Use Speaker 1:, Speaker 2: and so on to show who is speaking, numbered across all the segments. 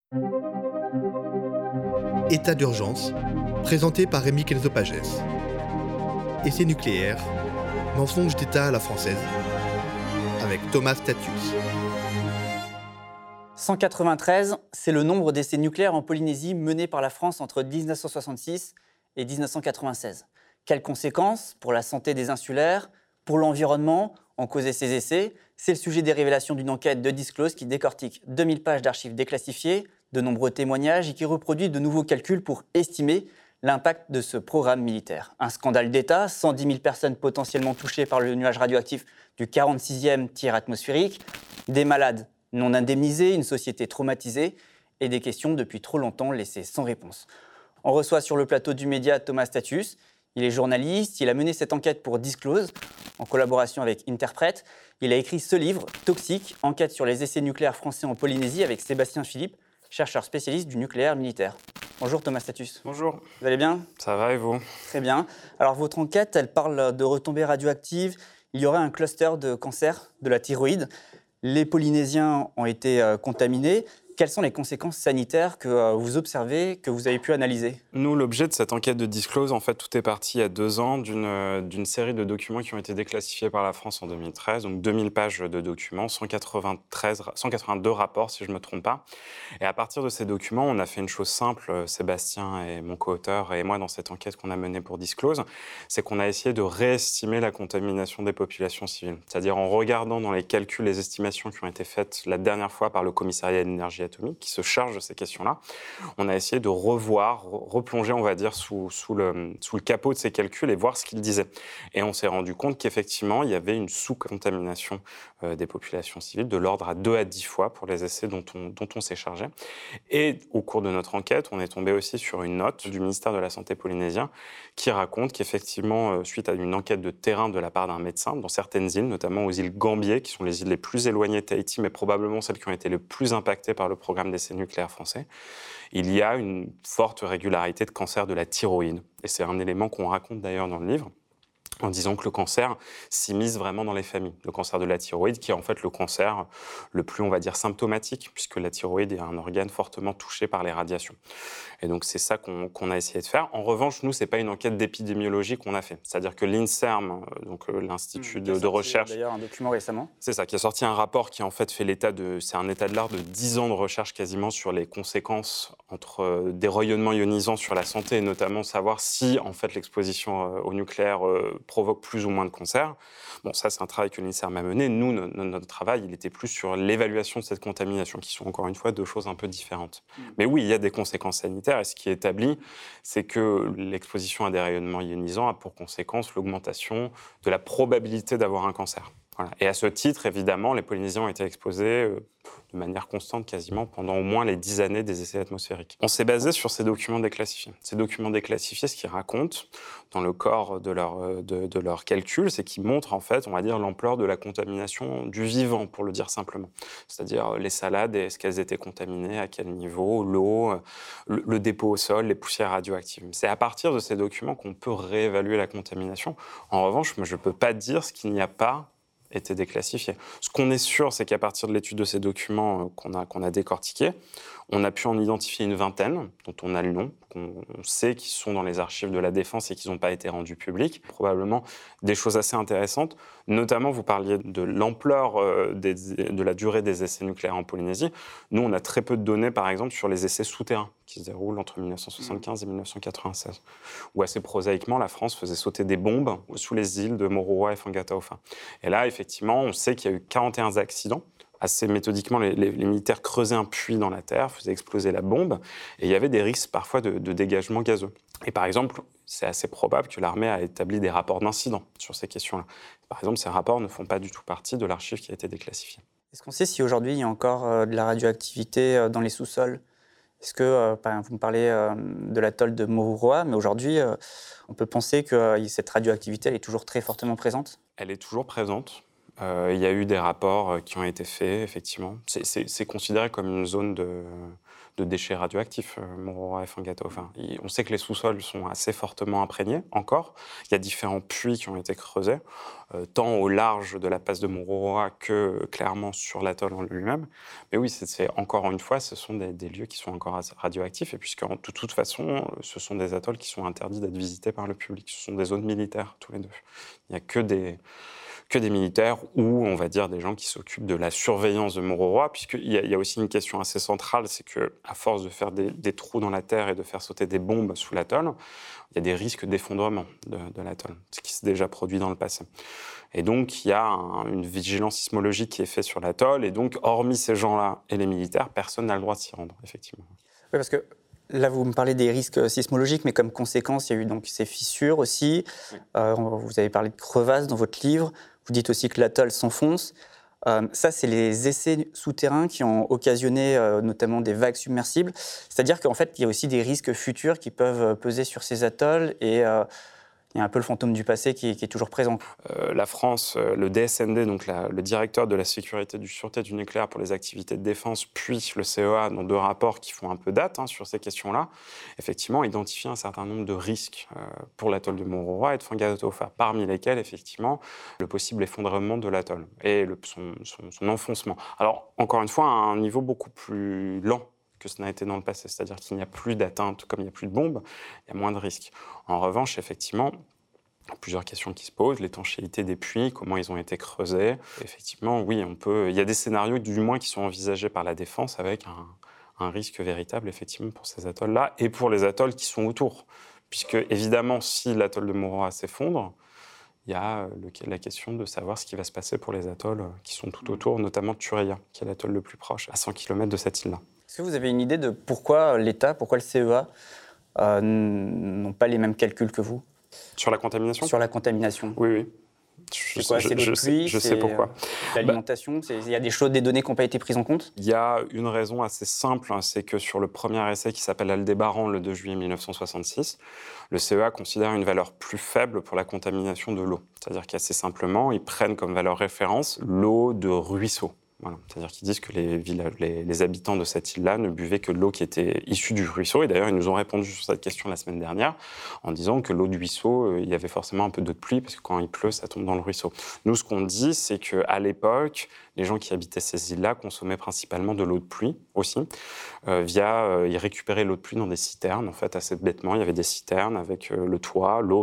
Speaker 1: État d'urgence, présenté par Rémi Kelso-Pagès. Essai nucléaire, mensonge d'État à la française, avec Thomas Statius.
Speaker 2: 193, c'est le nombre d'essais nucléaires en Polynésie menés par la France entre 1966 et 1996. Quelles conséquences pour la santé des insulaires, pour l'environnement ont causé ces essais? C'est le sujet des révélations d'une enquête de Disclose qui décortique 2000 pages d'archives déclassifiées, de nombreux témoignages et qui reproduit de nouveaux calculs pour estimer l'impact de ce programme militaire. Un scandale d'État, 110 000 personnes potentiellement touchées par le nuage radioactif du 46e tir atmosphérique, des malades non indemnisés, une société traumatisée et des questions depuis trop longtemps laissées sans réponse. On reçoit sur le plateau du média Thomas Statius. Il est journaliste, il a mené cette enquête pour Disclose, en collaboration avec Interprète. Il a écrit ce livre, Toxique, enquête sur les essais nucléaires français en Polynésie avec Sébastien Philippe, chercheur spécialiste du nucléaire militaire. Bonjour Thomas Statius.
Speaker 3: Bonjour.
Speaker 2: Vous allez bien?
Speaker 3: Ça va et vous?
Speaker 2: Très bien. Alors votre enquête, elle parle de retombées radioactives. Il y aurait un cluster de cancer de la thyroïde. Les Polynésiens ont été contaminés. Quelles sont les conséquences sanitaires que vous observez, que vous avez pu analyser?
Speaker 3: Nous, l'objet de cette enquête de Disclose, en fait, tout est parti il y a 2 ans d'une série de documents qui ont été déclassifiés par la France en 2013, donc 2000 pages de documents, 182 rapports, si je ne me trompe pas. Et à partir de ces documents, on a fait une chose simple, Sébastien et mon co-auteur et moi, dans cette enquête qu'on a menée pour Disclose, c'est qu'on a essayé de réestimer la contamination des populations civiles. C'est-à-dire en regardant dans les calculs, les estimations qui ont été faites la dernière fois par le commissariat à l'énergie atomique, qui se charge de ces questions-là, on a essayé de replonger, on va dire, sous le capot de ces calculs et voir ce qu'ils disaient. Et on s'est rendu compte qu'effectivement, il y avait une sous-contamination des populations civiles de l'ordre à 2 à 10 fois pour les essais dont on s'est chargé. Et au cours de notre enquête, on est tombé aussi sur une note du ministère de la Santé polynésien qui raconte qu'effectivement, suite à une enquête de terrain de la part d'un médecin, dans certaines îles, notamment aux îles Gambier, qui sont les îles les plus éloignées de Tahiti, mais probablement celles qui ont été les plus impactées par le programme d'essais nucléaires français, il y a une forte régularité de cancer de la thyroïde. Et c'est un élément qu'on raconte d'ailleurs dans le livre, en disant que le cancer s'immisce vraiment dans les familles. Le cancer de la thyroïde, qui est en fait le cancer le plus, on va dire, symptomatique, puisque la thyroïde est un organe fortement touché par les radiations. Et donc, c'est ça qu'on a essayé de faire. En revanche, nous, ce n'est pas une enquête d'épidémiologie qu'on a fait. C'est-à-dire que l'INSERM, donc l'Institut de recherche...
Speaker 2: D'ailleurs, un document récemment.
Speaker 3: C'est ça, qui a sorti un rapport qui, en fait, fait c'est un état de l'art de 10 ans de recherche quasiment sur les conséquences entre des rayonnements ionisants sur la santé, et notamment savoir si, en fait, l'exposition au nucléaire provoque plus ou moins de cancer. Bon, ça, c'est un travail que l'INSERM a mené. Nous, notre travail, il était plus sur l'évaluation de cette contamination, qui sont encore une fois 2 choses un peu différentes. Mais oui, il y a des conséquences sanitaires, et ce qui est établi, c'est que l'exposition à des rayonnements ionisants a pour conséquence l'augmentation de la probabilité d'avoir un cancer. Voilà. Et à ce titre, évidemment, les Polynésiens ont été exposés de manière constante quasiment pendant au moins les 10 années des essais atmosphériques. On s'est basé sur ces documents déclassifiés. Ces documents déclassifiés, ce qu'ils racontent dans le corps de leur calcul, c'est qu'ils montrent en fait, on va dire, l'ampleur de la contamination du vivant, pour le dire simplement. C'est-à-dire les salades, est-ce qu'elles étaient contaminées, à quel niveau, l'eau, le dépôt au sol, les poussières radioactives. C'est à partir de ces documents qu'on peut réévaluer la contamination. En revanche, moi, je ne peux pas dire ce qu'il n'y a pas été déclassifié. Ce qu'on est sûr, c'est qu'à partir de l'étude de ces documents qu'on a décortiqués, on a pu en identifier une vingtaine, dont on a le nom, qu'on sait qu'ils sont dans les archives de la Défense et qu'ils n'ont pas été rendus publics. Probablement des choses assez intéressantes. Notamment, vous parliez de l'ampleur de la durée des essais nucléaires en Polynésie. Nous, on a très peu de données, par exemple, sur les essais souterrains qui se déroulent entre 1975 et 1996, où assez prosaïquement, la France faisait sauter des bombes sous les îles de Moruroa et Fangataofa. Et là, effectivement, on sait qu'il y a eu 41 accidents. Assez méthodiquement, les militaires creusaient un puits dans la terre, faisaient exploser la bombe, et il y avait des risques parfois de dégagement gazeux. Et par exemple, c'est assez probable que l'armée a établi des rapports d'incidents sur ces questions-là. Par exemple, ces rapports ne font pas du tout partie de l'archive qui a été déclassifiée.
Speaker 2: Est-ce qu'on sait si aujourd'hui il y a encore de la radioactivité dans les sous-sols? Est-ce que, par exemple, vous me parlez de l'atoll de Moruroa, mais aujourd'hui, on peut penser que cette radioactivité elle est toujours très fortement présente?
Speaker 3: Elle est toujours présente. Il y a eu des rapports qui ont été faits, effectivement. C'est considéré comme une zone de de déchets radioactifs, Mururoa et Fangataufa. On sait que les sous-sols sont assez fortement imprégnés encore. Il y a différents puits qui ont été creusés, tant au large de la passe de Mururoa que clairement sur l'atoll en lui-même. Mais oui, c'est encore une fois, ce sont des lieux qui sont encore radioactifs, et puisque de toute façon, ce sont des atolls qui sont interdits d'être visités par le public. Ce sont des zones militaires, tous les deux. Il n'y a que des militaires ou, on va dire, des gens qui s'occupent de la surveillance de Mururoa, puisqu'il y a aussi une question assez centrale, c'est qu'à force de faire des trous dans la terre et de faire sauter des bombes sous l'atoll, il y a des risques d'effondrement de l'atoll, ce qui s'est déjà produit dans le passé. Et donc, il y a une vigilance sismologique qui est faite sur l'atoll, et donc, hormis ces gens-là et les militaires, personne n'a le droit de s'y rendre, effectivement.
Speaker 2: Oui, parce que là, vous me parlez des risques sismologiques, mais comme conséquence, il y a eu donc ces fissures aussi. Oui. Vous avez parlé de crevasses dans votre livre. Vous dites aussi que l'atoll s'enfonce. Ça, c'est les essais souterrains qui ont occasionné notamment des vagues submersibles. C'est-à-dire qu'en fait, il y a aussi des risques futurs qui peuvent peser sur ces atolls et il y a un peu le fantôme du passé qui est toujours présent.
Speaker 3: La France, le DSND, donc le directeur de la sécurité du sûreté du nucléaire pour les activités de défense, puis le CEA, dans 2 rapports qui font un peu date sur ces questions-là, effectivement, identifient un certain nombre de risques pour l'atoll de Mururoa et de Fangataufa, parmi lesquels, effectivement, le possible effondrement de l'atoll et son enfoncement. Alors, encore une fois, à un niveau beaucoup plus lent que ce n'a été dans le passé, c'est-à-dire qu'il n'y a plus d'atteinte, comme il n'y a plus de bombes, il y a moins de risques. En revanche, effectivement, il y a plusieurs questions qui se posent, l'étanchéité des puits, comment ils ont été creusés. Effectivement, oui, il y a des scénarios du moins qui sont envisagés par la défense avec un risque véritable, effectivement, pour ces atolls-là et pour les atolls qui sont autour. Puisque, évidemment, si l'atoll de Mururoa s'effondre, il y a la question de savoir ce qui va se passer pour les atolls qui sont tout autour, notamment Tureia, qui est l'atoll le plus proche, à 100 km de cette île-là.
Speaker 2: Est-ce que vous avez une idée de pourquoi l'État, pourquoi le CEA n'ont pas les mêmes calculs que vous ?
Speaker 3: Sur la contamination ?
Speaker 2: Sur la contamination.
Speaker 3: Oui, oui.
Speaker 2: C'est quoi ? C'est l'eau de pluie ?
Speaker 3: Je sais pourquoi.
Speaker 2: L'alimentation ? Il y a des données qui n'ont pas été prises en compte ?
Speaker 3: Il y a une raison assez simple, c'est que sur le premier essai qui s'appelle Aldébaran, le 2 juillet 1966, le CEA considère une valeur plus faible pour la contamination de l'eau. C'est-à-dire qu'assez simplement, ils prennent comme valeur référence l'eau de ruisseau. Voilà. C'est-à-dire qu'ils disent que les habitants de cette île-là ne buvaient que de l'eau qui était issue du ruisseau. Et d'ailleurs, ils nous ont répondu sur cette question la semaine dernière en disant que l'eau du ruisseau, il y avait forcément un peu d'eau de pluie parce que quand il pleut, ça tombe dans le ruisseau. Nous, ce qu'on dit, c'est qu'à l'époque, les gens qui habitaient ces îles-là consommaient principalement de l'eau de pluie aussi. Ils récupéraient l'eau de pluie dans des citernes. En fait, assez bêtement, il y avait des citernes avec le toit. L'eau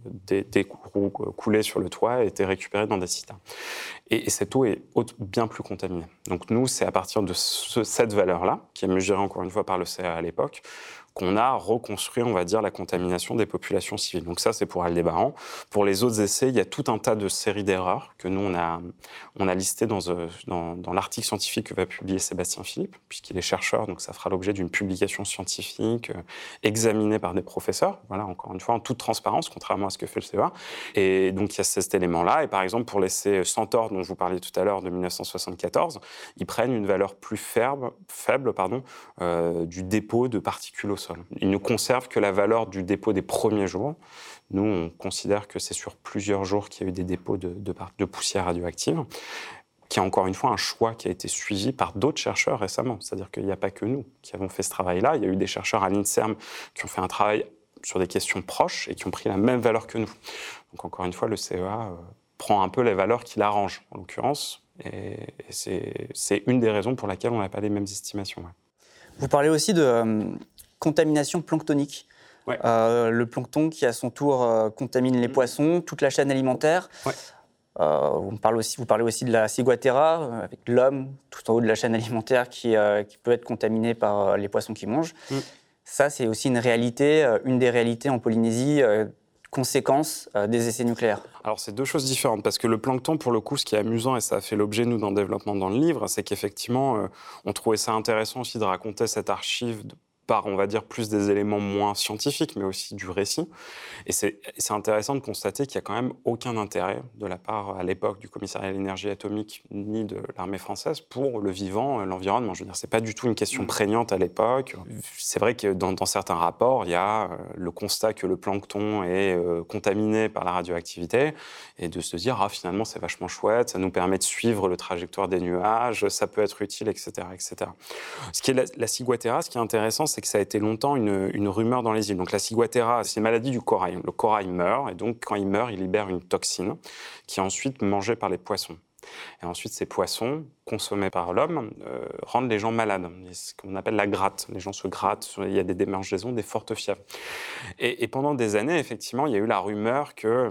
Speaker 3: coulait sur le toit et était récupérée dans des citernes. Et cette eau est bien plus contaminée. Donc nous, c'est à partir de cette valeur-là, qui est mesurée encore une fois par le CA à l'époque, qu'on a reconstruit, on va dire, la contamination des populations civiles. Donc ça, c'est pour Aldébaran. Pour les autres essais, il y a tout un tas de séries d'erreurs que nous, on a listées dans l'article scientifique que va publier Sébastien Philippe, puisqu'il est chercheur, donc ça fera l'objet d'une publication scientifique examinée par des professeurs, voilà, encore une fois, en toute transparence, contrairement à ce que fait le CEA. Et donc, il y a cet élément-là. Et par exemple, pour l'essai Centaure, dont je vous parlais tout à l'heure, de 1974, ils prennent une valeur plus faible du dépôt de particules au sol. Ils ne conservent que la valeur du dépôt des premiers jours. Nous, on considère que c'est sur plusieurs jours qu'il y a eu des dépôts de poussière radioactive, qui est encore une fois un choix qui a été suivi par d'autres chercheurs récemment. C'est-à-dire qu'il n'y a pas que nous qui avons fait ce travail-là. Il y a eu des chercheurs à l'INSERM qui ont fait un travail sur des questions proches et qui ont pris la même valeur que nous. Donc encore une fois, le CEA prend un peu les valeurs qu'il arrange, en l'occurrence, et c'est une des raisons pour laquelle on n'a pas les mêmes estimations. Ouais.
Speaker 2: Vous parlez aussi de contamination planctonique.
Speaker 3: Ouais.
Speaker 2: Le plancton qui, à son tour, contamine les poissons, toute la chaîne alimentaire.
Speaker 3: Ouais.
Speaker 2: Vous parlez aussi de la ciguatera, avec l'homme tout en haut de la chaîne alimentaire qui peut être contaminé par les poissons qu'il mange. Ça, c'est aussi une réalité, une des réalités en Polynésie, conséquence des essais nucléaires.
Speaker 3: Alors, c'est deux choses différentes, parce que le plancton, pour le coup, ce qui est amusant, et ça a fait l'objet, nous, d'un développement dans le livre, c'est qu'effectivement, on trouvait ça intéressant aussi de raconter cette archive par, on va dire, plus des éléments moins scientifiques, mais aussi du récit. Et c'est intéressant de constater qu'il n'y a quand même aucun intérêt de la part, à l'époque, du commissariat à l'énergie atomique ni de l'armée française pour le vivant, l'environnement. Je veux dire, c'est pas du tout une question prégnante à l'époque. C'est vrai que dans certains rapports, il y a le constat que le plancton est contaminé par la radioactivité et de se dire, finalement, c'est vachement chouette, ça nous permet de suivre le trajectoire des nuages, ça peut être utile, etc., etc. Ce qui est la ciguatera, ce qui est intéressant, c'est que ça a été longtemps une rumeur dans les îles. Donc la ciguatera, c'est une maladie du corail. Le corail meurt, et donc quand il meurt, il libère une toxine qui est ensuite mangée par les poissons. Et ensuite, ces poissons, consommés par l'homme, rendent les gens malades. C'est ce qu'on appelle la gratte. Les gens se grattent, il y a des démangeaisons, des fortes fièvres. Et pendant des années, effectivement, il y a eu la rumeur que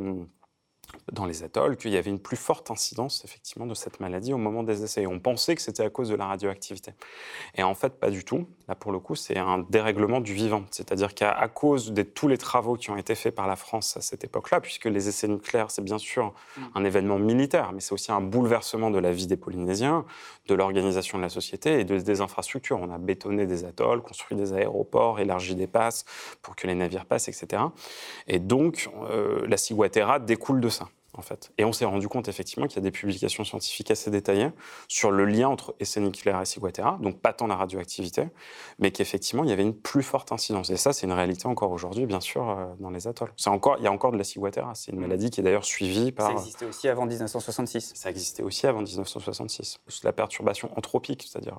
Speaker 3: dans les atolls, qu'il y avait une plus forte incidence effectivement de cette maladie au moment des essais. On pensait que c'était à cause de la radioactivité. Et en fait, pas du tout. Là, pour le coup, c'est un dérèglement du vivant. C'est-à-dire qu'à cause de tous les travaux qui ont été faits par la France à cette époque-là, puisque les essais nucléaires, c'est bien sûr un événement militaire, mais c'est aussi un bouleversement de la vie des Polynésiens, de l'organisation de la société et des infrastructures. On a bétonné des atolls, construit des aéroports, élargi des passes pour que les navires passent, etc. Et donc, la ciguatera découle de ça. En fait. Et on s'est rendu compte effectivement qu'il y a des publications scientifiques assez détaillées sur le lien entre essais nucléaires et ciguatera, donc pas tant la radioactivité, mais qu'effectivement il y avait une plus forte incidence. Et ça, c'est une réalité encore aujourd'hui, bien sûr, dans les atolls. Il y a encore de la ciguatera. C'est une maladie qui est d'ailleurs suivie par...
Speaker 2: Ça existait aussi avant 1966.
Speaker 3: Ça existait aussi avant 1966. C'est la perturbation anthropique, c'est-à-dire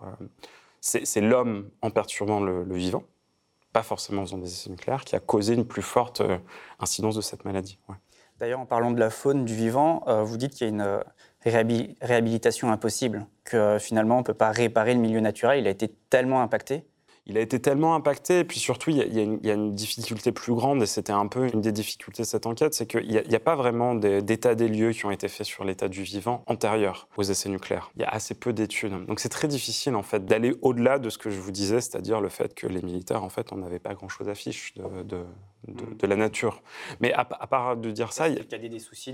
Speaker 3: c'est l'homme en perturbant le vivant, pas forcément en faisant des essais nucléaires, qui a causé une plus forte incidence de cette maladie. Ouais.
Speaker 2: D'ailleurs, en parlant de la faune, du vivant, vous dites qu'il y a une réhabilitation impossible, que finalement, on ne peut pas réparer le milieu naturel. Il a été tellement impacté.
Speaker 3: Il a été tellement impacté, et puis surtout, il y a une difficulté plus grande, et c'était un peu une des difficultés de cette enquête, c'est qu'il n'y a pas vraiment d'état des lieux qui ont été faits sur l'état du vivant antérieur aux essais nucléaires. Il y a assez peu d'études. Donc c'est très difficile, en fait, d'aller au-delà de ce que je vous disais, c'est-à-dire le fait que les militaires, en fait, on n'avait pas grand-chose à fiche de la nature. Mais à part de dire ça...
Speaker 2: Il y a des soucis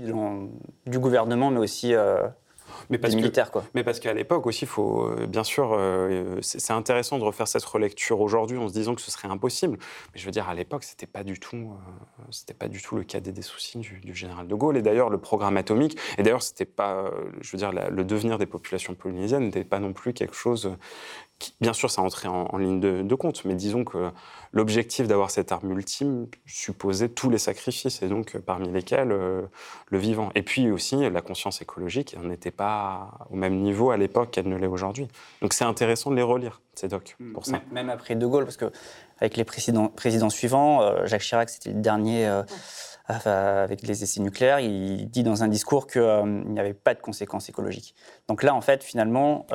Speaker 2: du gouvernement, mais aussi... des militaires, quoi.
Speaker 3: Mais parce qu'à l'époque aussi, bien sûr, c'est intéressant de refaire cette relecture aujourd'hui en se disant que ce serait impossible. Mais je veux dire, à l'époque, c'était pas du tout le cadet des soucis du général de Gaulle. Et d'ailleurs, le programme atomique, et d'ailleurs, c'était pas, je veux dire, le devenir des populations polynésiennes n'était pas non plus quelque chose bien sûr, ça entrait en ligne de compte, mais disons que l'objectif d'avoir cette arme ultime supposait tous les sacrifices, et donc parmi lesquels le vivant. Et puis aussi, la conscience écologique n'était pas au même niveau à l'époque qu'elle ne l'est aujourd'hui. Donc c'est intéressant de les relire, ces docs, pour ça.
Speaker 2: Même après De Gaulle, parce qu'avec les présidents suivants, Jacques Chirac, c'était le dernier... avec les essais nucléaires, il dit dans un discours qu'il n'y avait pas de conséquences écologiques. Donc là, en fait, finalement...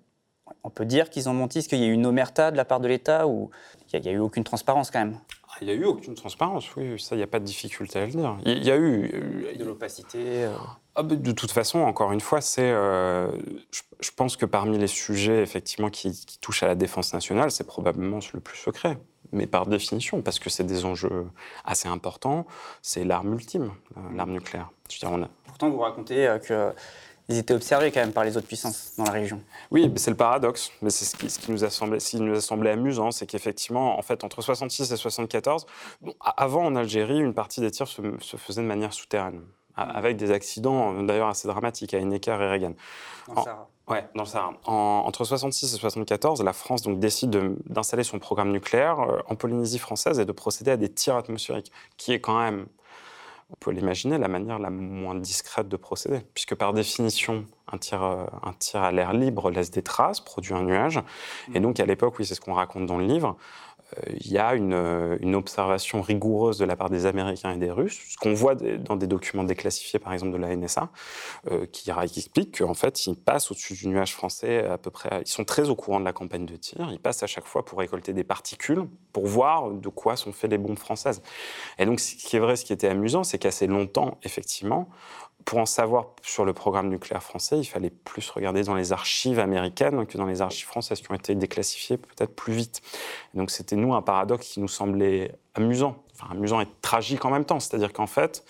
Speaker 2: on peut dire qu'ils ont menti. Est-ce qu'il y a eu une omerta de la part de l'État ou il n'y a eu aucune transparence quand même?
Speaker 3: Il n'y a eu aucune transparence, oui, ça, il n'y a pas de difficulté à le dire. Il y a eu...
Speaker 2: de l'opacité
Speaker 3: De toute façon, encore une fois, je pense que parmi les sujets effectivement, qui touchent à la défense nationale, c'est probablement le plus secret. Mais par définition, parce que c'est des enjeux assez importants, c'est l'arme ultime, l'arme nucléaire. Je veux dire,
Speaker 2: Pourtant, vous racontez que... Ils étaient observés quand même par les autres puissances dans la région.
Speaker 3: Oui, mais c'est le paradoxe. Mais c'est ce qui nous a semblé amusant, c'est qu'effectivement, en fait, entre 66 et 74, avant en Algérie, une partie des tirs se faisait de manière souterraine, avec des accidents d'ailleurs assez dramatiques à Necker et Reagan.
Speaker 2: Dans le Sahara.
Speaker 3: Ouais, dans le Sahara. Entre 66 et 74, la France donc, décide d'installer son programme nucléaire en Polynésie française et de procéder à des tirs atmosphériques, qui est quand même... On peut l'imaginer, la manière la moins discrète de procéder, puisque par définition, un tir à l'air libre laisse des traces, produit un nuage. Et donc, à l'époque, oui, c'est ce qu'on raconte dans le livre, il y a une observation rigoureuse de la part des Américains et des Russes, ce qu'on voit dans des documents déclassifiés, par exemple, de la NSA, qui explique qu'en fait, ils passent au-dessus du nuage français à peu près... Ils sont très au courant de la campagne de tir, ils passent à chaque fois pour récolter des particules, pour voir de quoi sont faites les bombes françaises. Et donc, ce qui est vrai, ce qui était amusant, c'est qu'assez longtemps, effectivement, pour en savoir sur le programme nucléaire français, il fallait plus regarder dans les archives américaines que dans les archives françaises qui ont été déclassifiées peut-être plus vite. Et donc c'était, nous, un paradoxe qui nous semblait amusant et tragique en même temps. C'est-à-dire qu'en fait,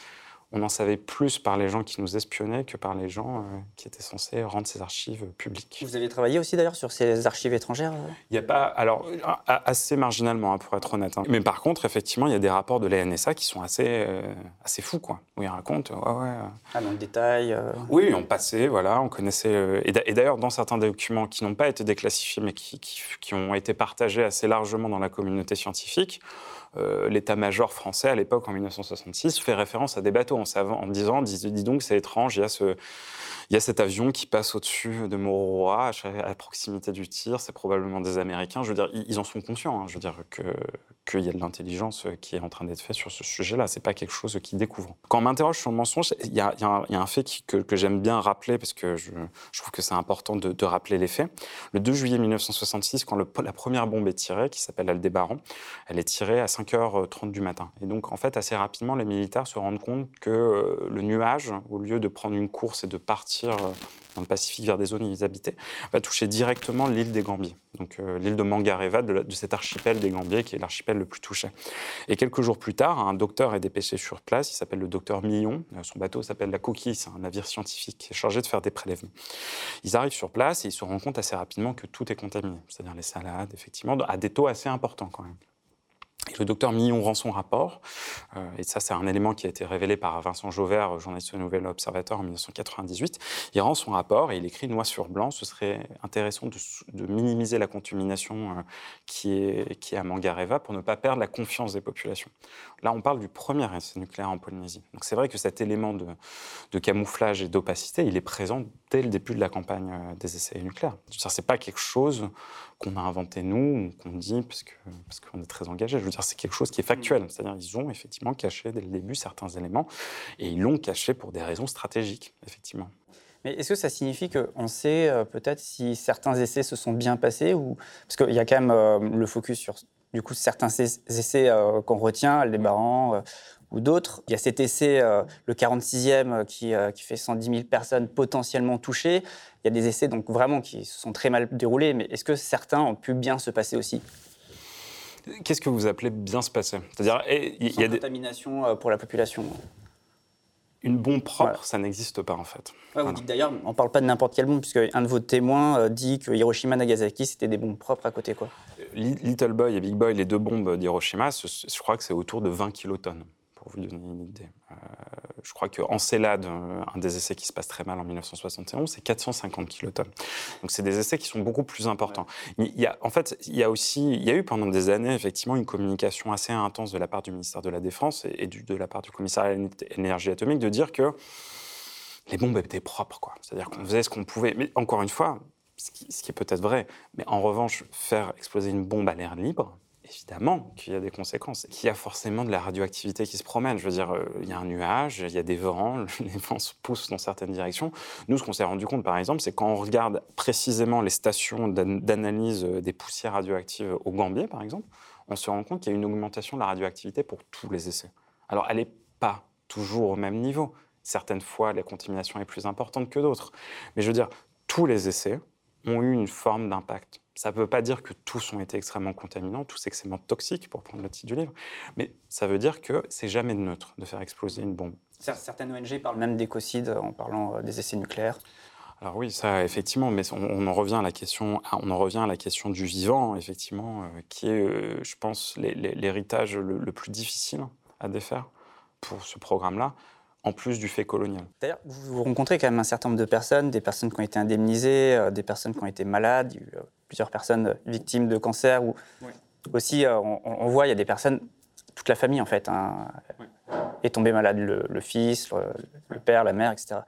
Speaker 3: on en savait plus par les gens qui nous espionnaient que par les gens qui étaient censés rendre ces archives publiques.
Speaker 2: Vous avez travaillé aussi d'ailleurs sur ces archives étrangères?
Speaker 3: Il n'y a pas, alors assez marginalement pour être honnête. Mais par contre, effectivement, il y a des rapports de la NSA qui sont assez fous, quoi. Où ils racontent,
Speaker 2: Ah, dans le détail.
Speaker 3: Oui, on passait, voilà, on connaissait. Et d'ailleurs, dans certains documents qui n'ont pas été déclassifiés, mais qui ont été partagés assez largement dans la communauté scientifique, l'état-major français, à l'époque, en 1966, fait référence à des bateaux en disant, dis donc, c'est étrange, il y a cet avion qui passe au-dessus de Moroa, à proximité du tir, c'est probablement des Américains. Je veux dire, ils en sont conscients. Je veux dire qu'il y a de l'intelligence qui est en train d'être faite sur ce sujet-là. C'est pas quelque chose qu'ils découvrent. Quand on m'interroge sur le mensonge, il y a un fait que j'aime bien rappeler, parce que je trouve que c'est important de rappeler les faits. Le 2 juillet 1966, quand la première bombe est tirée, qui s'appelle Aldébaran, elle est tirée à 5h30 du matin. Et donc, en fait, assez rapidement, les militaires se rendent compte que le nuage, au lieu de prendre une course et de partir dans le Pacifique vers des zones inhabitées, va toucher directement l'île des Gambiers, donc l'île de Mangareva, de cet archipel des Gambiers, qui est l'archipel le plus touché. Et quelques jours plus tard, un docteur est dépêché sur place, il s'appelle le docteur Millon, son bateau s'appelle la Coquille, c'est un navire scientifique qui est chargé de faire des prélèvements. Ils arrivent sur place et ils se rendent compte assez rapidement que tout est contaminé, c'est-à-dire les salades, effectivement, à des taux assez importants quand même. Et le docteur Millon rend son rapport, et ça c'est un élément qui a été révélé par Vincent Jauvert, journaliste au Nouvel Observateur en 1998. Il rend son rapport et il écrit noir sur blanc, ce serait intéressant de minimiser la contamination qui est à Mangareva pour ne pas perdre la confiance des populations. Là on parle du premier essai nucléaire en Polynésie. Donc c'est vrai que cet élément de camouflage et d'opacité, il est présent dès le début de la campagne des essais nucléaires. C'est pas quelque chose qu'on a inventé nous, ou qu'on dit parce qu'on est très engagé. Je veux dire, c'est quelque chose qui est factuel. C'est-à-dire qu'ils ont effectivement caché dès le début certains éléments, et ils l'ont caché pour des raisons stratégiques, effectivement.
Speaker 2: Mais est-ce que ça signifie qu'on sait peut-être si certains essais se sont bien passés ou... Parce qu'il y a quand même le focus sur du coup, certains essais qu'on retient, Aldébaran ou d'autres. Il y a cet essai, le 46e, qui fait 110 000 personnes potentiellement touchées. Il y a des essais donc, vraiment qui se sont très mal déroulés, mais est-ce que certains ont pu bien se passer aussi ?
Speaker 3: Qu'est-ce que vous appelez bien se passer ? C'est-à-dire,
Speaker 2: il y a des contaminations pour la population.
Speaker 3: Une bombe propre, ça n'existe pas en fait.
Speaker 2: Ouais, vous dites d'ailleurs, on ne parle pas de n'importe quelle bombe, puisque un de vos témoins dit que Hiroshima et Nagasaki, c'était des bombes propres à côté, quoi.
Speaker 3: Little Boy et Big Boy, les deux bombes d'Hiroshima, je crois que c'est autour de 20 kilotonnes, pour vous donner une idée. Je crois qu'Encelade, un des essais qui se passe très mal en 1971, c'est 450 kilotonnes. Donc c'est des essais qui sont beaucoup plus importants. Ouais. Il y a eu pendant des années effectivement une communication assez intense de la part du ministère de la Défense et de la part du commissariat à l'énergie atomique de dire que les bombes étaient propres, quoi. C'est-à-dire qu'on faisait ce qu'on pouvait. Mais encore une fois, ce qui est peut-être vrai, mais en revanche, faire exploser une bombe à l'air libre, évidemment qu'il y a des conséquences, qu'il y a forcément de la radioactivité qui se promène. Je veux dire, il y a un nuage, il y a des vents, les vents se poussent dans certaines directions. Nous, ce qu'on s'est rendu compte, par exemple, c'est quand on regarde précisément les stations d'analyse des poussières radioactives au Gambier, par exemple, on se rend compte qu'il y a une augmentation de la radioactivité pour tous les essais. Alors, elle n'est pas toujours au même niveau. Certaines fois, la contamination est plus importante que d'autres. Mais je veux dire, tous les essais ont eu une forme d'impact. Ça ne veut pas dire que tous ont été extrêmement contaminants, tous extrêmement toxiques, pour prendre le titre du livre, mais ça veut dire que c'est jamais neutre de faire exploser une bombe.
Speaker 2: Certaines ONG parlent même d'écocide en parlant des essais nucléaires.
Speaker 3: Alors oui, ça effectivement, mais on en revient à la question du vivant, effectivement, qui est, je pense, l'héritage le plus difficile à défaire pour ce programme-là. En plus du fait colonial.
Speaker 2: D'ailleurs, vous rencontrez quand même un certain nombre de personnes, des personnes qui ont été indemnisées, des personnes qui ont été malades, il y a eu plusieurs personnes victimes de cancer. Ou... Oui. Aussi, on voit, il y a des personnes, toute la famille en fait, est tombée malade, le fils, le père, la mère, etc.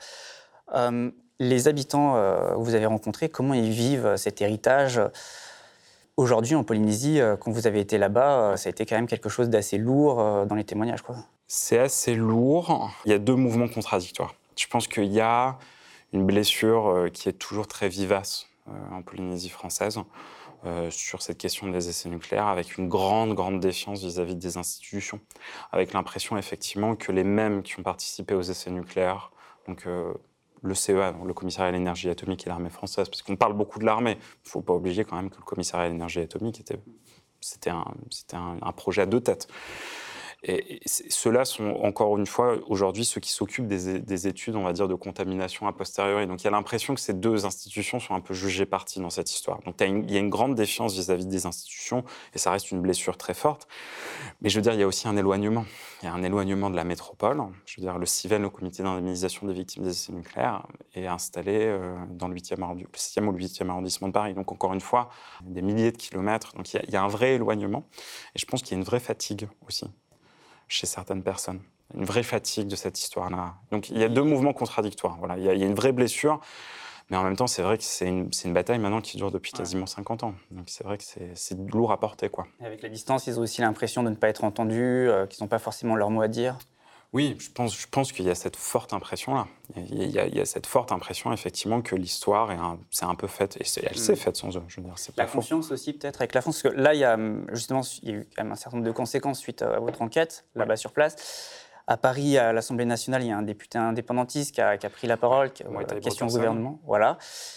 Speaker 2: Les habitants que vous avez rencontrés, comment ils vivent cet héritage ? Aujourd'hui, en Polynésie, quand vous avez été là-bas, ça a été quand même quelque chose d'assez lourd dans les témoignages, quoi.
Speaker 3: C'est assez lourd. Il y a deux mouvements contradictoires. Je pense qu'il y a une blessure qui est toujours très vivace en Polynésie française sur cette question des essais nucléaires, avec une grande défiance vis-à-vis des institutions, avec l'impression effectivement que les mêmes qui ont participé aux essais nucléaires, donc le CEA, le commissariat à l'énergie atomique et l'armée française, parce qu'on parle beaucoup de l'armée, il ne faut pas oublier quand même que le commissariat à l'énergie atomique c'était un projet à deux têtes. Et ceux-là sont, encore une fois, aujourd'hui, ceux qui s'occupent des études, on va dire, de contamination a posteriori. Donc, il y a l'impression que ces deux institutions sont un peu jugées parties dans cette histoire. Donc, il y a une grande défiance vis-à-vis des institutions, et ça reste une blessure très forte. Mais je veux dire, il y a aussi un éloignement. Il y a un éloignement de la métropole. Je veux dire, le CIVEN, le comité d'indemnisation des victimes des essais nucléaires, est installé dans le 7e ou le 8e arrondissement de Paris. Donc, encore une fois, des milliers de kilomètres. Donc, il y a un vrai éloignement. Et je pense qu'il y a une vraie fatigue aussi chez certaines personnes. Une vraie fatigue de cette histoire-là. Donc, il y a deux mouvements contradictoires. Voilà. Il y a une vraie blessure. Mais en même temps, c'est vrai que c'est une bataille maintenant qui dure depuis quasiment 50 ans. Donc c'est vrai que c'est lourd à porter, quoi.
Speaker 2: Et avec la distance, ils ont aussi l'impression de ne pas être entendus, qu'ils n'ont pas forcément leur mot à dire.
Speaker 3: Oui, je pense qu'il y a cette forte impression-là. Il y a cette forte impression, effectivement, que l'histoire c'est un peu faite. Et elle s'est faite sans eux, je veux dire. C'est pas
Speaker 2: la
Speaker 3: faux.
Speaker 2: confiance aussi, peut-être, avec la France. Parce que là, il y a eu quand même un certain nombre de conséquences suite à votre enquête, là-bas sur place. À Paris, à l'Assemblée nationale, il y a un député indépendantiste qui a pris la parole, question au gouvernement. Voilà.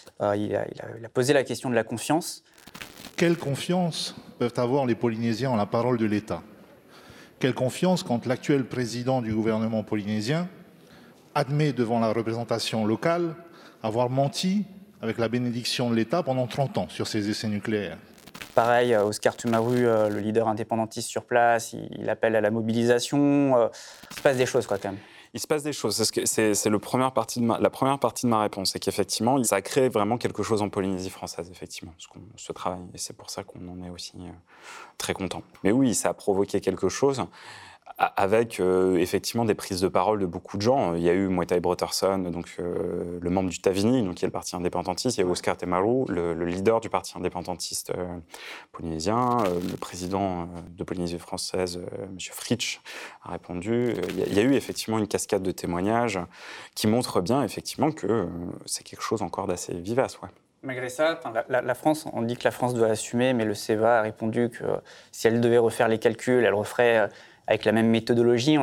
Speaker 2: Il a posé la question de la confiance.
Speaker 4: Quelle confiance peuvent avoir les Polynésiens en la parole de l'État ? Quelle confiance quand l'actuel président du gouvernement polynésien admet devant la représentation locale avoir menti avec la bénédiction de l'État pendant 30 ans sur ces essais nucléaires ?
Speaker 2: Pareil, Oscar Tumaru, le leader indépendantiste sur place, il appelle à la mobilisation. Il se passe des choses, quoi, quand même.
Speaker 3: Il se passe des choses. C'est la première partie de ma réponse. C'est qu'effectivement, ça a créé vraiment quelque chose en Polynésie française, effectivement, ce travail. Et c'est pour ça qu'on en est aussi très content. Mais oui, ça a provoqué quelque chose avec effectivement des prises de parole de beaucoup de gens. Il y a eu Moetai Brotherson, donc le membre du Tavini, donc qui est le parti indépendantiste. Il y a eu Oscar Temaru, le leader du parti indépendantiste polynésien. Le président de Polynésie française, M. Fritsch, a répondu. Il y a eu effectivement une cascade de témoignages qui montrent bien effectivement que c'est quelque chose encore d'assez vivace. Ouais.
Speaker 2: Malgré ça, la France, on dit que la France doit assumer, mais le CEVA a répondu que si elle devait refaire les calculs, elle referait avec la même méthodologie.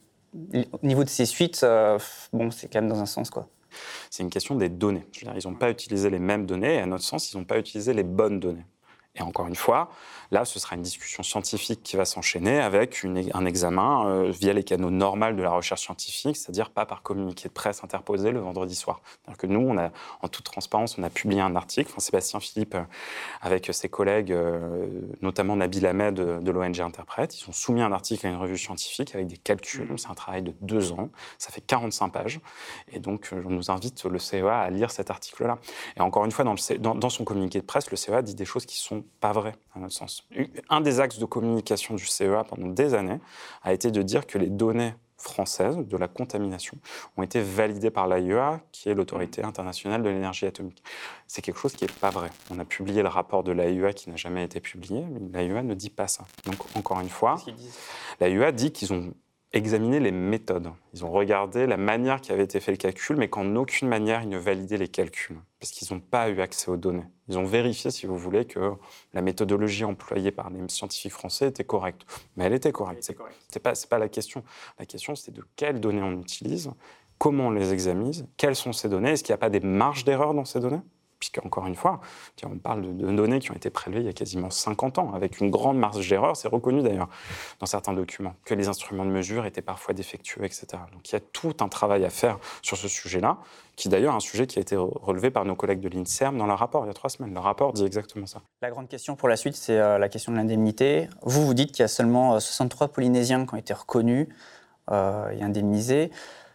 Speaker 2: Au niveau de ces suites, c'est quand même dans un sens, quoi.
Speaker 3: C'est une question des données. Je veux dire, ils n'ont pas utilisé les mêmes données, et à notre sens, ils n'ont pas utilisé les bonnes données. Et encore une fois, là, ce sera une discussion scientifique qui va s'enchaîner avec un examen via les canaux normaux de la recherche scientifique, c'est-à-dire pas par communiqué de presse interposé le vendredi soir. C'est-à-dire que nous, en toute transparence, on a publié un article, Sébastien Philippe, avec ses collègues, notamment Nabil Ahmed de l'ONG Interprète, ils ont soumis un article à une revue scientifique avec des calculs. C'est un travail de 2 ans, ça fait 45 pages. Et donc, on nous invite, le CEA, à lire cet article-là. Et encore une fois, dans son communiqué de presse, le CEA dit des choses qui sont pas vrai, à notre sens. Un des axes de communication du CEA pendant des années a été de dire que les données françaises de la contamination ont été validées par l'AIEA, qui est l'autorité internationale de l'énergie atomique. C'est quelque chose qui n'est pas vrai. On a publié le rapport de l'AIEA qui n'a jamais été publié, mais l'AIEA ne dit pas ça. Donc, encore une fois, l'AIEA dit qu'ils ont examiner les méthodes. Ils ont regardé la manière qui avait été fait le calcul, mais qu'en aucune manière ils ne validaient les calculs, parce qu'ils n'ont pas eu accès aux données. Ils ont vérifié, si vous voulez, que la méthodologie employée par les scientifiques français était correcte. Mais elle était correcte. C'est pas la question. La question, c'est de quelles données on utilise, comment on les examine, quelles sont ces données, est-ce qu'il n'y a pas des marges d'erreur dans ces données ? Puisqu'encore une fois, on parle de données qui ont été prélevées il y a quasiment 50 ans, avec une grande marge d'erreur, c'est reconnu d'ailleurs dans certains documents, que les instruments de mesure étaient parfois défectueux, etc. Donc il y a tout un travail à faire sur ce sujet-là, qui d'ailleurs est un sujet qui a été relevé par nos collègues de l'INSERM dans leur rapport il y a 3 semaines. Le rapport dit exactement ça.
Speaker 2: La grande question pour la suite, c'est la question de l'indemnité. Vous dites qu'il y a seulement 63 Polynésiens qui ont été reconnus et indemnisés.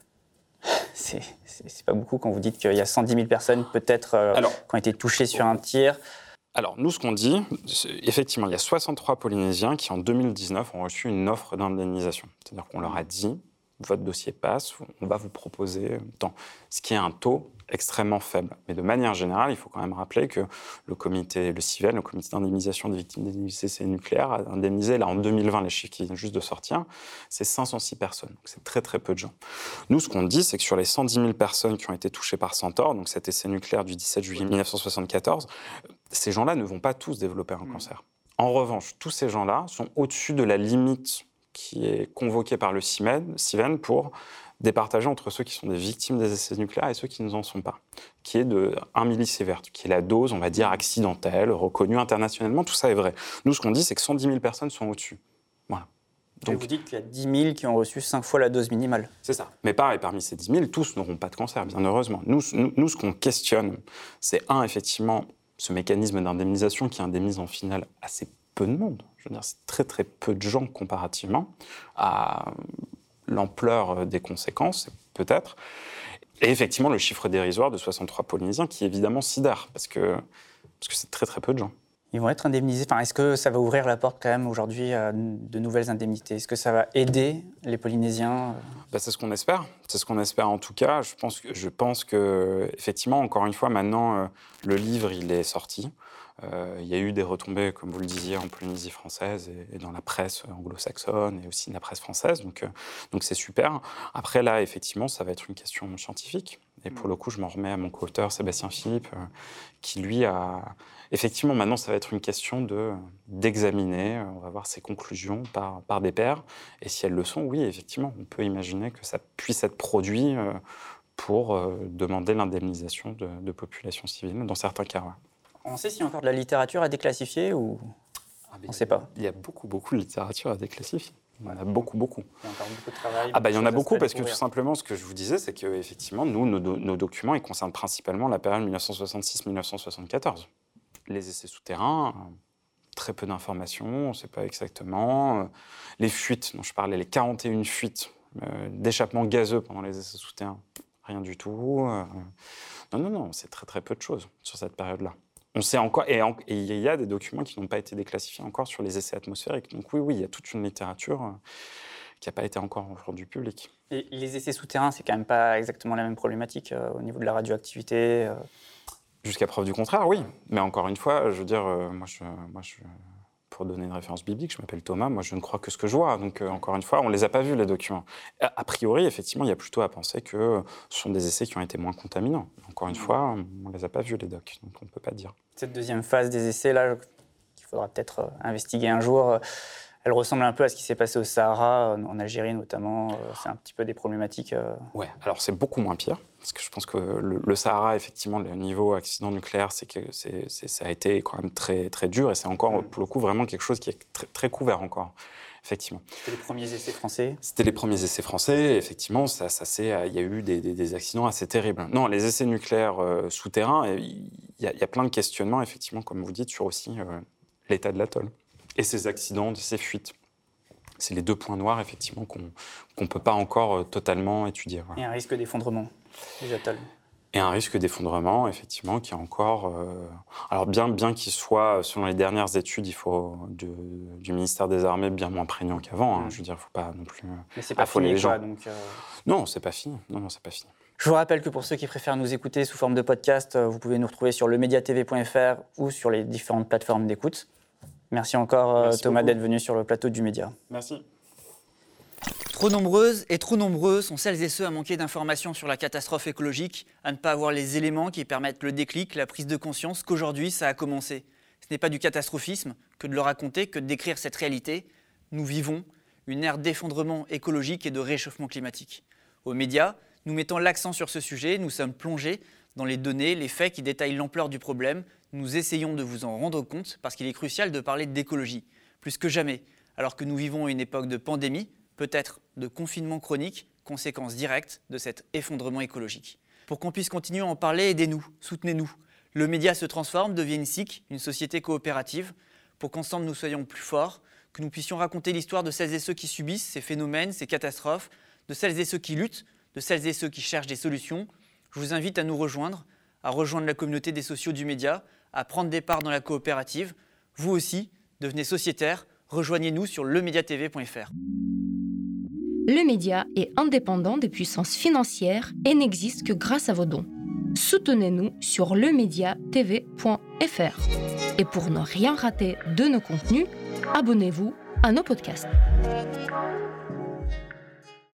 Speaker 2: C'est pas beaucoup quand vous dites qu'il y a 110 000 personnes peut-être qui ont été touchées sur un tir.
Speaker 3: Alors, nous, ce qu'on dit, effectivement, il y a 63 Polynésiens qui, en 2019, ont reçu une offre d'indemnisation. C'est-à-dire qu'on leur a dit, votre dossier passe, on va vous proposer tant. Ce qui est un taux extrêmement faible. Mais de manière générale, il faut quand même rappeler que le CIVEN, le comité d'indemnisation des victimes des essais nucléaires, a indemnisé, là, en 2020, les chiffres qui viennent juste de sortir, c'est 506 personnes. Donc c'est très, très peu de gens. Nous, ce qu'on dit, c'est que sur les 110 000 personnes qui ont été touchées par Centaure, donc cet essai nucléaire du 17 juillet 1974, ces gens-là ne vont pas tous développer un cancer. En revanche, tous ces gens-là sont au-dessus de la limite qui est convoquée par le CIVEN pour départager entre ceux qui sont des victimes des essais nucléaires et ceux qui ne en sont pas, qui est de 1 millisievert, qui est la dose, on va dire, accidentelle, reconnue internationalement, tout ça est vrai. Nous, ce qu'on dit, c'est que 110 000 personnes sont au-dessus. Voilà.
Speaker 2: Donc, vous dites qu'il y a 10 000 qui ont reçu 5 fois la dose minimale.
Speaker 3: C'est ça. Mais pareil, parmi ces 10 000, tous n'auront pas de cancer, bien heureusement. Nous, ce qu'on questionne, c'est effectivement, ce mécanisme d'indemnisation qui indemnise en finale assez peu de monde. Je veux dire, c'est très très peu de gens comparativement à l'ampleur des conséquences, peut-être. Et effectivement, le chiffre dérisoire de 63 Polynésiens qui évidemment sidère, parce que c'est très très peu de gens.
Speaker 2: Ils vont être indemnisés. Enfin, est-ce que ça va ouvrir la porte quand même aujourd'hui à de nouvelles indemnités ? Est-ce que ça va aider les Polynésiens ?
Speaker 3: C'est ce qu'on espère. C'est ce qu'on espère en tout cas. Je pense que effectivement, encore une fois, maintenant, le livre, il est sorti. Il y a eu des retombées, comme vous le disiez, en Polynésie française et dans la presse anglo-saxonne et aussi la presse française. Donc c'est super. Après, là, effectivement, ça va être une question scientifique. Et pour le coup, je m'en remets à mon co-auteur, Sébastien Philippe, qui, lui, a... Effectivement, maintenant, ça va être une question d'examiner, on va voir ses conclusions par des pairs. Et si elles le sont, oui, effectivement, on peut imaginer que ça puisse être produit pour demander l'indemnisation de populations civiles, dans certains cas. Ouais.
Speaker 2: On sait s'il y a encore de la littérature à déclassifier ou on ne sait pas.
Speaker 3: Il y a beaucoup de littérature à déclassifier. Il y en a beaucoup.
Speaker 2: Il y a encore beaucoup de travail.
Speaker 3: Il y en a beaucoup parce que tout simplement, ce que je vous disais, c'est qu'effectivement, nous, nos documents, ils concernent principalement la période 1966-1974. Les essais souterrains, très peu d'informations, on ne sait pas exactement. Les fuites dont je parlais, les 41 fuites d'échappement gazeux pendant les essais souterrains, rien du tout. Non, c'est très peu de choses sur cette période-là. On sait encore, et il y a des documents qui n'ont pas été déclassifiés encore sur les essais atmosphériques. Donc oui, il y a toute une littérature qui n'a pas été encore rendue publique.
Speaker 2: Et les essais souterrains, c'est quand même pas exactement la même problématique au niveau de la radioactivité
Speaker 3: Jusqu'à preuve du contraire, oui. Mais encore une fois, je veux dire, moi, pour donner une référence biblique, je m'appelle Thomas, moi je ne crois que ce que je vois. Donc encore une fois, on ne les a pas vus, les documents. A priori, effectivement, il y a plutôt à penser que ce sont des essais qui ont été moins contaminants. Encore une fois, on ne les a pas vus, les docs, donc on ne peut pas dire.
Speaker 2: Cette deuxième phase des essais, là, qu'il faudra peut-être investiguer un jour, elle ressemble un peu à ce qui s'est passé au Sahara, en Algérie notamment. C'est un petit peu des problématiques.
Speaker 3: Ouais, alors c'est beaucoup moins pire. Parce que je pense que le Sahara, effectivement, le niveau accident nucléaire, ça a été quand même très, très dur. Et c'est encore, pour le coup, vraiment quelque chose qui est très, très couvert encore, effectivement.
Speaker 2: C'était les premiers essais français ?
Speaker 3: C'était les premiers essais français. Effectivement, il y a eu des accidents assez terribles. Non, les essais nucléaires souterrains, il y a plein de questionnements, effectivement, comme vous dites, sur aussi l'état de l'atoll. Et ces accidents, ces fuites. C'est les deux points noirs, effectivement, qu'on ne peut pas encore totalement étudier. Voilà.
Speaker 2: Et un risque d'effondrement des atolls.
Speaker 3: Et un risque d'effondrement, effectivement, qui est encore... Alors, bien qu'il soit, selon les dernières études, il faut du ministère des Armées bien moins prégnant qu'avant. Hein. Je veux dire, il ne faut pas non plus affoler les gens.
Speaker 2: Donc,
Speaker 3: Non, c'est pas fini. Non, c'est pas fini.
Speaker 2: Je vous rappelle que pour ceux qui préfèrent nous écouter sous forme de podcast, vous pouvez nous retrouver sur lemediatv.fr ou sur les différentes plateformes d'écoute. Merci encore,
Speaker 3: Merci
Speaker 2: Thomas,
Speaker 3: beaucoup
Speaker 2: d'être venu sur le plateau du Média.
Speaker 3: Merci.
Speaker 2: Trop nombreuses et trop nombreux sont celles et ceux à manquer d'informations sur la catastrophe écologique, à ne pas avoir les éléments qui permettent le déclic, la prise de conscience qu'aujourd'hui ça a commencé. Ce n'est pas du catastrophisme que de le raconter, que de décrire cette réalité. Nous vivons une ère d'effondrement écologique et de réchauffement climatique. Aux médias, nous mettons l'accent sur ce sujet, nous sommes plongés dans les données, les faits qui détaillent l'ampleur du problème. Nous essayons de vous en rendre compte parce qu'il est crucial de parler d'écologie, plus que jamais, alors que nous vivons une époque de pandémie, peut-être de confinement chronique, conséquence directe de cet effondrement écologique. Pour qu'on puisse continuer à en parler, aidez-nous, soutenez-nous. Le média se transforme, devient une SIC, une société coopérative, pour qu'ensemble nous soyons plus forts, que nous puissions raconter l'histoire de celles et ceux qui subissent ces phénomènes, ces catastrophes, de celles et ceux qui luttent, de celles et ceux qui cherchent des solutions. Je vous invite à nous rejoindre, à rejoindre la communauté des sociaux du média, à prendre des parts dans la coopérative. Vous aussi, devenez sociétaire, rejoignez-nous sur lemediatv.fr.
Speaker 5: Le média est indépendant des puissances financières et n'existe que grâce à vos dons. Soutenez-nous sur lemediatv.fr. Et pour ne rien rater de nos contenus, abonnez-vous à nos podcasts.